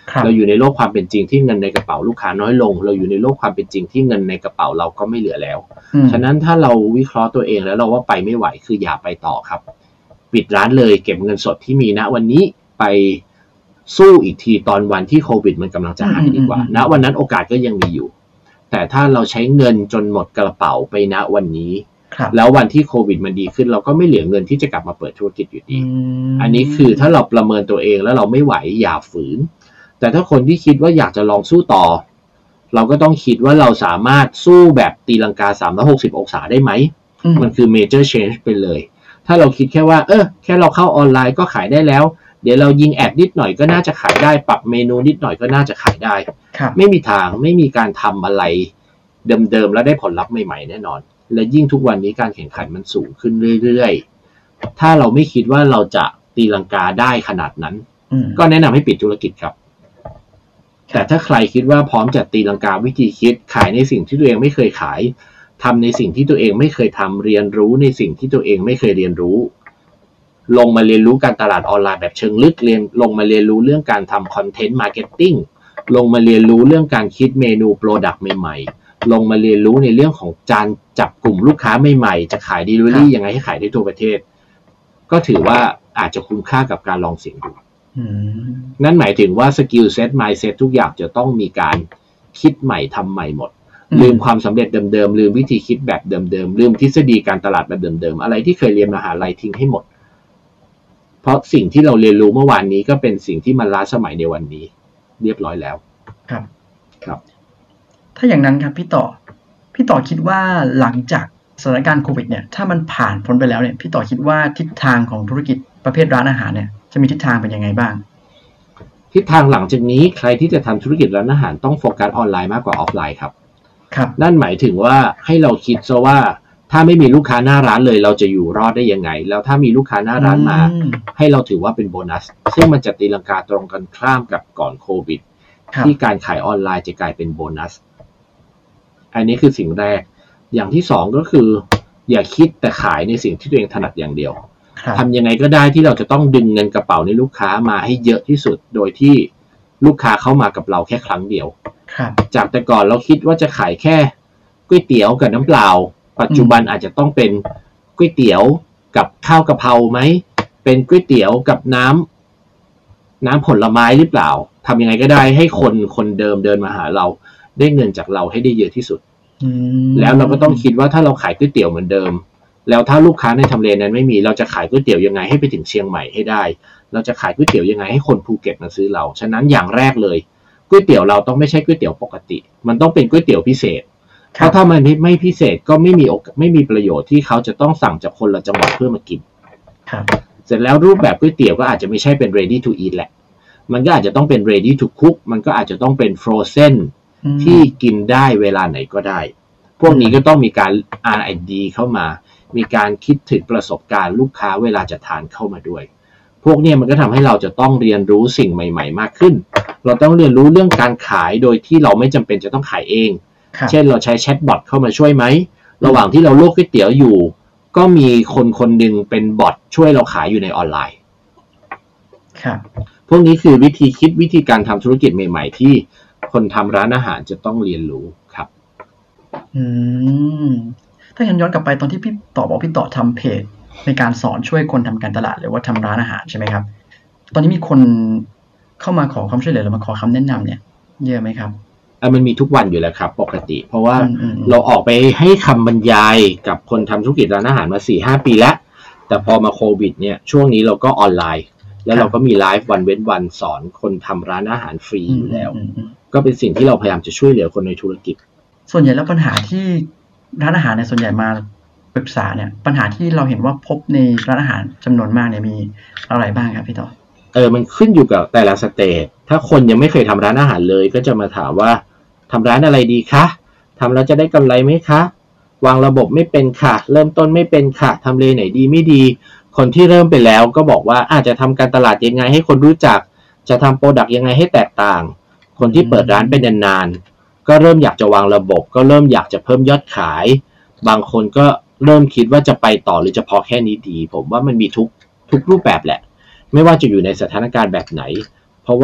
เราอยู่ในโลกความเป็นจริงที่เงินในกระเป๋าลูกค้าน้อยลงเราอยู่ในโลกความเป็นจริงที่เงินในกระเป๋าเราก็ไม่เหลือแล้วฉะนั้นถ้าเราวิเคราะห์ตัวเองแล้วเราว่าไปไม่ไหวคืออย่าไปต่อครับปิดร้านเลยเก็บเงินสดที่มีณวันนี้ไปสู้อีกทีตอนวันที่โควิดมันกำลังจะหายดีกว่าณวันนั้นโอกาสก็ยังมีอยู่แต่ถ้าเราใช้เงินจนหมดกระเป๋าไปณวันนี้แล้ววันที่โควิดมันดีขึ้นเราก็ไม่เหลือเงินที่จะกลับมาเปิดธุรกิจอยู่ดีอันนี้คือถ้าเราประเมินตัวเองแล้วเราไม่ไหวอย่าฝืนแต่ถ้าคนที่คิดว่าอยากจะลองสู้ต่อเราก็ต้องคิดว่าเราสามารถสู้แบบตีลังกาสามร้อยหกสิบองศาได้ไหมมันคือ major change ไปเลยถ้าเราคิดแค่ว่าเออแค่เราเข้าออนไลน์ก็ขายได้แล้วเดี๋ยวเรายิงแอดนิดหน่อยก็น่าจะขายได้ปรับเมนูนิดหน่อยก็น่าจะขายได้ไม่มีทางไม่มีการทำอะไรเดิมๆแล้วได้ผลลัพธ์ใหม่ๆแน่นอนและยิ่งทุกวันนี้การแข่งขันมันสูงขึ้นเรื่อยๆถ้าเราไม่คิดว่าเราจะตีลังกาได้ขนาดนั้นก็แนะนำให้ปิดธุรกิจครับแต่ถ้าใครคิดว่าพร้อมจะตีลังกาวิธีคิดขายในสิ่งที่ตัวเองไม่เคยขายทำในสิ่งที่ตัวเองไม่เคยทำเรียนรู้ในสิ่งที่ตัวเองไม่เคยเรียนรู้ลงมาเรียนรู้การตลาดออนไลน์แบบเชิงลึกเรียนลงมาเรียนรู้เรื่องการทำคอนเทนต์มาร์เก็ตติ้งลงมาเรียนรู้เรื่องการคิดเมนูโปรดักต์ใหม่ๆลงมาเรียนรู้ในเรื่องของการจับกลุ่มลูกค้าใหม่ๆจะขายดีลิเวอรี่ยังไงให้ขายได้ทั่วประเทศก็ถือว่าอาจจะคุ้มค่ากับการลองเสี่ยงดูนั่นหมายถึงว่าสกิลเซ็ตมายด์เซ็ตทุกอย่างจะต้องมีการคิดใหม่ทำใหม่หมดลืมความสำเร็จเดิมๆลืมวิธีคิดแบบเดิมๆลืมทฤษฎีการตลาดแบบเดิมๆอะไรที่เคยเรียนมหาลัยทิ้งให้หมดเพราะสิ่งที่เราเรียนรู้เมื่อวานนี้ก็เป็นสิ่งที่มันล้าสมัยในวันนี้เรียบร้อยแล้วครับครับถ้าอย่างนั้นครับพี่ต่อพี่ต่อคิดว่าหลังจากสถานการณ์โควิดเนี่ยถ้ามันผ่านพ้นไปแล้วเนี่ยพี่ต่อคิดว่าทิศทางของธุรกิจประเภทร้านอาหารเนี่ยจะมีทิศทางเป็นยังไงบ้างทิศทางหลังจากนี้ใครที่จะทำธุรกิจร้านอาหารต้องโฟกัสออนไลน์มากกว่าออฟไลน์ครับครับนั่นหมายถึงว่าให้เราคิดซะว่าถ้าไม่มีลูกค้าหน้าร้านเลยเราจะอยู่รอดได้ยังไงแล้วถ้ามีลูกค้าหน้าร้านมาให้เราถือว่าเป็นโบนัสซึ่งมันจะตีลังกาตรงกันข้ามกับก่อนโควิดที่การขายออนไลน์จะกลายเป็นโบนัสอันนี้คือสิ่งแรกอย่างที่สองก็คืออย่าคิดแต่ขายในสิ่งที่ตัวเองถนัดอย่างเดียวทำยังไงก็ได้ที่เราจะต้องดึงเงินกระเป๋าในลูกค้ามาให้เยอะที่สุดโดยที่ลูกค้าเข้ามากับเราแค่ครั้งเดียวจากแต่ก่อนเราคิดว่าจะขายแค่ก๋วยเตี๋ยวกับน้ำเปล่าปัจจุบันอาจจะต้องเป็นก๋วยเตี๋ยวกับข้าวกะเพราไหมเป็นก๋วยเตี๋ยวกับน้ำน้ำผลไม้หรือเปล่าทำยังไงก็ได้ให้คนคนเดิมเดินมาหาเราได้เงินจากเราให้ได้เยอะที่สุดแล้วเราก็ต้องคิดว่าถ้าเราขายก๋วยเตี๋ยวเหมือนเดิมแล้วถ้าลูกค้าในทำเลนั้นไม่มีเราจะขายก๋วยเตี๋ยวยังไงให้ไปถึงเชียงใหม่ให้ได้เราจะขายก๋วยเตี๋ยวยังไงให้คนภูเก็ตมาซื้อเราฉะนั้นอย่างแรกเลยก๋วยเตี๋ยวเราต้องไม่ใช่ก๋วยเตี๋ยวปกติมันต้องเป็นก๋วยเตี๋ยวพิเศษเพราะถ้ามันไม่พิเศษก็ไม่มีไม่มีประโยชน์ที่เขาจะต้องสั่งจากคนละจังหวัดเพื่อมากินเสร็จแล้วรูปแบบก๋วยเตี๋ยวก็อาจจะไม่ใช่เป็น ready to eat แหละมันก็อาจจะต้องเป็น ready to cook มันก็อาจจะต้องเป็น frozen ที่กินได้เวลาไหนก็ได้พวกนี้ก็ต้องมีการ อาร์ แอนด์ ดี เข้ามามีการคิดถึงประสบการณ์ลูกค้าเวลาจะทานเข้ามาด้วยพวกนี้มันก็ทำให้เราจะต้องเรียนรู้สิ่งใหม่ๆมากขึ้นเราต้องเรียนรู้เรื่องการขายโดยที่เราไม่จำเป็นจะต้องขายเองเช่นเราใช้แชทบอทเข้ามาช่วยไหมระหว่างที่เราลวกก๋วยเตี๋ยวอยู่ก็มีคนคนหนึ่งเป็นบอทช่วยเราขายอยู่ในออนไลน์ครับพวกนี้คือวิธีคิดวิธีการทำธุรกิจใหม่ๆที่คนทำร้านอาหารจะต้องเรียนรู้ครับอืมถ้างั้นย้อนกลับไปตอนที่พี่ต่อบอกพี่ต่อทำเพจในการสอนช่วยคนทำการตลาดหรือว่าทำร้านอาหารใช่ไหมครับตอนนี้มีคนเข้ามาขอความช่วยเหลือหรือมาขอคำแนะนำเนี่ยเยอะไหมครับมันมีทุกวันอยู่แล้วครับปกติเพราะว่าเราออกไปให้คำบรรยายกับคนทำธุรกิจร้านอาหารมา สี่ห้า ปีแล้วแต่พอมาโควิดเนี่ยช่วงนี้เราก็ออนไลน์แล้วเราก็มีไลฟ์วันเว้นวันสอนคนทำร้านอาหารฟรีอยู่แล้วก็เป็นสิ่งที่เราพยายามจะช่วยเหลือคนในธุรกิจส่วนใหญ่แล้วปัญหาที่ร้านอาหารเนี่ยส่วนใหญ่มาปรึกษาเนี่ยปัญหาที่เราเห็นว่าพบในร้านอาหารจำนวนมากเนี่ยมีอะไรบ้างครับพี่ต่อเออมันขึ้นอยู่กับแต่ละสเตจถ้าคนยังไม่เคยทำร้านอาหารเลยก็จะมาถามว่าทำร้านอะไรดีคะทำแล้วจะได้กำไรไหมคะวางระบบไม่เป็นค่ะเริ่มต้นไม่เป็นค่ะทำเลไหนดีไม่ดีคนที่เริ่มไปแล้วก็บอกว่าอาจจะทำการตลาดยังไงให้คนรู้จักจะทำโปรดักต์ยังไงให้แตกต่างคนที่เปิดร้านเป็นนานๆก็เริ่มอยากจะวางระบบก็เริ่มอยากจะเพิ่มยอดขายบางคนก็เริ่มคิดว่าจะไปต่อหรือจะพอแค่นี้ดีผมว่ามันมีทุกทุกรูปแบบแหละไม่ว่าจะอยู่ในสถานการณ์แบบไหนเพราะว่า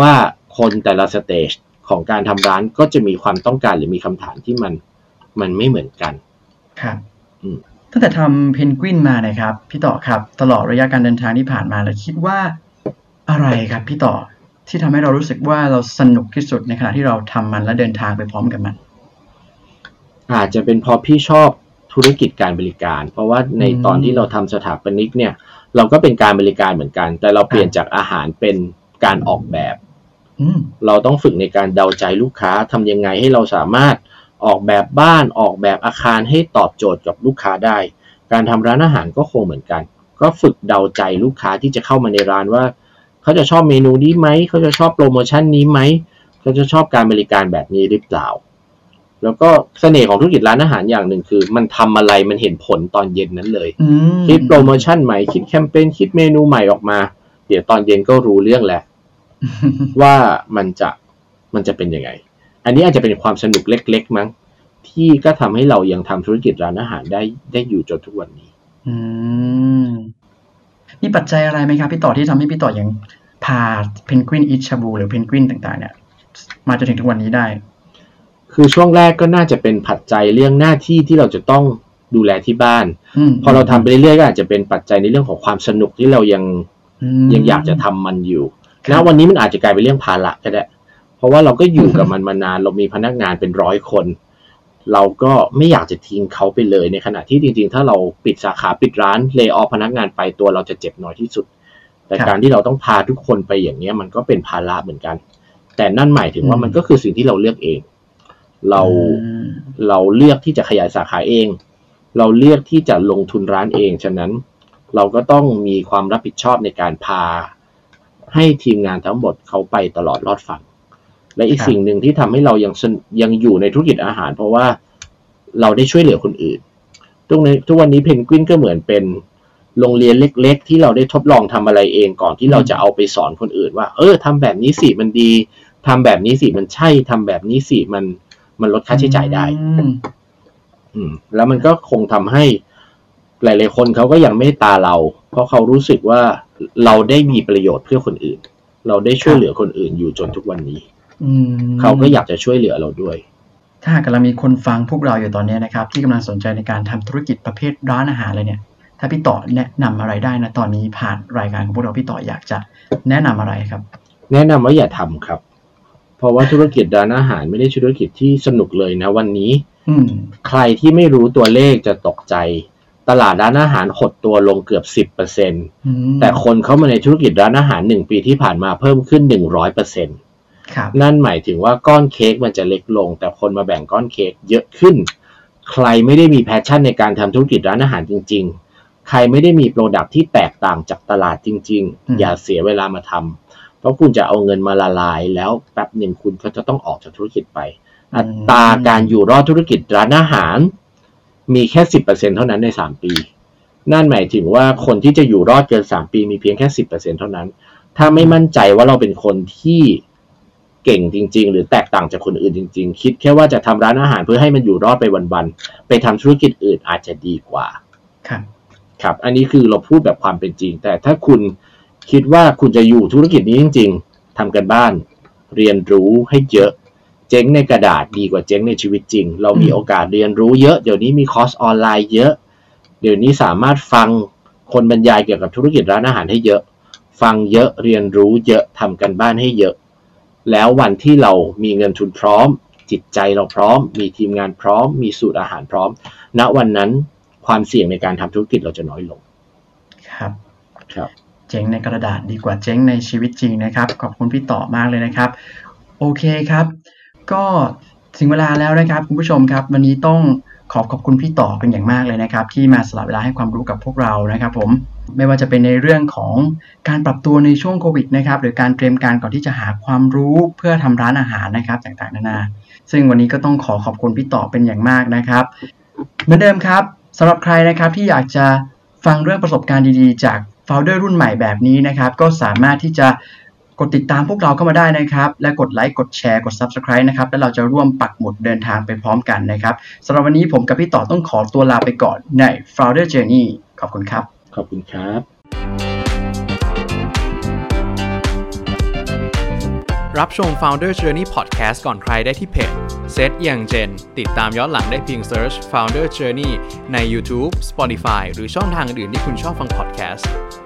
คนแต่ละสเตจของการทำร้านก็จะมีความต้องการหรือมีคำถามที่มันมันไม่เหมือนกันครับตั้งแต่ทำเพนกวินมานะครับพี่ต่อครับตลอดระยะการเดินทางที่ผ่านมาเราคิดว่าอะไรครับพี่ต่อที่ทำให้เรารู้สึกว่าเราสนุกที่สุดในขณะที่เราทำมันและเดินทางไปพร้อมกับมันอาจจะเป็นเพราะพี่ชอบธุรกิจการบริการเพราะว่าในตอนที่เราทำสถาปนิกเนี่ยเราก็เป็นการบริการเหมือนกันแต่เราเปลี่ยนจากอาหารเป็นการออกแบบเราต้องฝึกในการเดาใจลูกค้าทำยังไงให้เราสามารถออกแบบบ้านออกแบบอาคารให้ตอบโจทย์กับลูกค้าได้การทำร้านอาหารก็คงเหมือนกันก็ฝึกเดาใจลูกค้าที่จะเข้ามาในร้านว่าเขาจะชอบเมนูนี้ไหมเขาจะชอบโปรโมชั่นนี้ไหมเขาจะชอบการบริการแบบนี้หรือเปล่าแล้วก็เสน่ห์ของธุรกิจร้านอาหารอย่างหนึ่งคือมันทำอะไรมันเห็นผลตอนเย็นนั้นเลยคิดโปรโมชั่นใหม่คิดแคมเปญคิดเมนูใหม่ออกมาเดี๋ยวตอนเย็นก็รู้เรื่องแล้ว ว่ามันจะมันจะเป็นยังไงอันนี้อาจจะเป็นความสนุกเล็กๆมั้งที่ก็ทำให้เรายังทำธุรกิจร้านอาหารได้ได้อยู่จนทุกวันนี้อืมมีปัจจัยอะไรไหมครับพี่ต่อที่ทำให้พี่ต่อยังพาเพนกวินอิชาบูหรือเพนกวินต่างๆเนี่ยมาจนถึงทุกวันนี้ได้คือช่วงแรกก็น่าจะเป็นปัจจัยเรื่องหน้าที่ที่เราจะต้องดูแลที่บ้านพอเราทำไปเรื่อยๆก็อาจจะเป็นปัจจัยในเรื่องของความสนุกที่เรายังยังอยากจะทำมันอยู่แล้ววันนี้มันอาจจะกลายเป็นเรื่องภาระก็ได้เพราะว่าเราก็อยู่กับมันมานานเรามีพนักงานเป็นร้อยคนเราก็ไม่อยากจะทิ้งเขาไปเลยในขณะที่จริงๆถ้าเราปิดสาขาปิดร้านเลย์ออฟพนักงานไปตัวเราจะเจ็บน้อยที่สุดแต่การที่เราต้องพาทุกคนไปอย่างนี้มันก็เป็นภาระเหมือนกันแต่นั่นหมายถึงว่ามันก็คือสิ่งที่เราเลือกเองเราเราเลือกที่จะขยายสาขาเองเราเลือกที่จะลงทุนร้านเองฉะนั้นเราก็ต้องมีความรับผิดชอบในการพาให้ทีมงานทั้งหมดเขาไปตลอดรอดฝั่งและอีกสิ่งหนึ่งที่ทำให้เรายังยังอยู่ในธุรกิจอาหารเพราะว่าเราได้ช่วยเหลือคนอื่นทุกในทุกวันนี้เพนกวินก็เหมือนเป็นโรงเรียนเล็กๆที่เราได้ทดลองทำอะไรเองก่อนที่เราจะเอาไปสอนคนอื่นว่าเออทำแบบนี้สิมันดีทำแบบนี้สิมันใช่ทำแบบนี้สิมันมันลดค่าใช้จ่ายได้อืมแล้วมันก็คงทำให้หลายๆคนเขาก็ยังไม่ตาเราเพราะเขารู้สึกว่าเราได้มีประโยชน์เพื่อคนอื่นเราได้ช่วยเหลือคนอื่นอยู่จนทุกวันนี้เขาก็อยากจะช่วยเหลือเราด้วยถ้าหากเรามีคนฟังพวกเราอยู่ตอนนี้นะครับที่กำลังสนใจในการทำธุรกิจประเภทร้านอาหารเลยเนี่ยถ้าพี่ต่อแนะนำอะไรได้นะตอนนี้ผ่านรายการของพวกเราพี่ต่ออยากจะแนะนำอะไรครับแนะนำว่าอย่าทำครับเพราะว่าธุรกิจร้านอาหารไม่ได้ธุรกิจที่สนุกเลยนะวันนี้ใครที่ไม่รู้ตัวเลขจะตกใจตลาดร้านอาหารหดตัวลงเกือบ สิบเปอร์เซ็นต์ แต่คนเข้ามาในธุรกิจร้านอาหารหนึ่งปีที่ผ่านมาเพิ่มขึ้น หนึ่งร้อยเปอร์เซ็นต์ นั่นหมายถึงว่าก้อนเค้กมันจะเล็กลงแต่คนมาแบ่งก้อนเค้กเยอะขึ้นใครไม่ได้มีแพชชั่นในการทำธุรกิจร้านอาหารจริงๆใครไม่ได้มีโปรดักต์ที่แตกต่างจากตลาดจริงๆอย่าเสียเวลามาทำเพราะคุณจะเอาเงินมาละลายแล้วแป๊บหนึ่งคุณก็จะต้องออกจากธุรกิจไปอัตราการอยู่รอดธุรกิจร้านอาหารมีแค่ สิบเปอร์เซ็นต์ เท่านั้นในสามปีนั่นหมายถึงว่าคนที่จะอยู่รอดเกินสามปีมีเพียงแค่ สิบเปอร์เซ็นต์ เท่านั้นถ้าไม่มั่นใจว่าเราเป็นคนที่เก่งจริงๆหรือแตกต่างจากคนอื่นจริงๆคิดแค่ว่าจะทำร้านอาหารเพื่อให้มันอยู่รอดไปวันๆไปทำธุรกิจอื่นอาจจะดีกว่าครับครับอันนี้คือเราพูดแบบความเป็นจริงแต่ถ้าคุณคิดว่าคุณจะอยู่ธุรกิจนี้จริงๆทำกันบ้านเรียนรู้ให้เยอะเจ๊งในกระดาษดีกว่าเจ๊งในชีวิตจริงเรามีโอกาสเรียนรู้เยอะเดี๋ยวนี้มีคอร์สออนไลน์เยอะเดี๋ยวนี้สามารถฟังคนบรรยายเกี่ยวกับธุรกิจร้านอาหารให้เยอะฟังเยอะเรียนรู้เยอะทำกันบ้านให้เยอะแล้ววันที่เรามีเงินทุนพร้อมจิตใจเราพร้อมมีทีมงานพร้อมมีสูตรอาหารพร้อมณวันนั้นความเสี่ยงในการทำธุรกิจเราจะน้อยลงครับครับเจ๊งในกระดาษดีกว่าเจ๊งในชีวิตจริงนะครับขอบคุณพี่ต่อมากเลยนะครับโอเคครับก็ถึงเวลาแล้วนะครับคุณผู้ชมครับวันนี้ต้องขอขอบคุณพี่ต่อเป็นอย่างมากเลยนะครับที่มาสละเวลาให้ความรู้กับพวกเรานะครับผมไม่ว่าจะเป็นในเรื่องของการปรับตัวในช่วงโควิดนะครับหรือการเตรียมการก่อนที่จะหาความรู้เพื่อทำร้านอาหารนะครับต่างๆนานาซึ่งวันนี้ก็ต้องขอขอบคุณพี่ต่อเป็นอย่างมากนะครับเหมือนเดิมครับสำหรับใครนะครับที่อยากจะฟังเรื่องประสบการณ์ดีๆจากโฟลเดอร์รุ่นใหม่แบบนี้นะครับก็สามารถที่จะกดติดตามพวกเราเข้ามาได้นะครับและกดไลค์กดแชร์กด Subscribe นะครับแล้วเราจะร่วมปักหมุดเดินทางไปพร้อมกันนะครับสำหรับวันนี้ผมกับพี่ต่อต้องขอตัวลาไปก่อนใน Founder Journey ขอบคุณครับขอบคุณครับรับชม Founder Journey Podcast ก่อนใครได้ที่เพจ Set อย่างเจนติดตามย้อนหลังได้เพียง Search Founder Journey ใน YouTube, Spotify หรือช่องทางอื่นที่คุณชอบฟัง podcast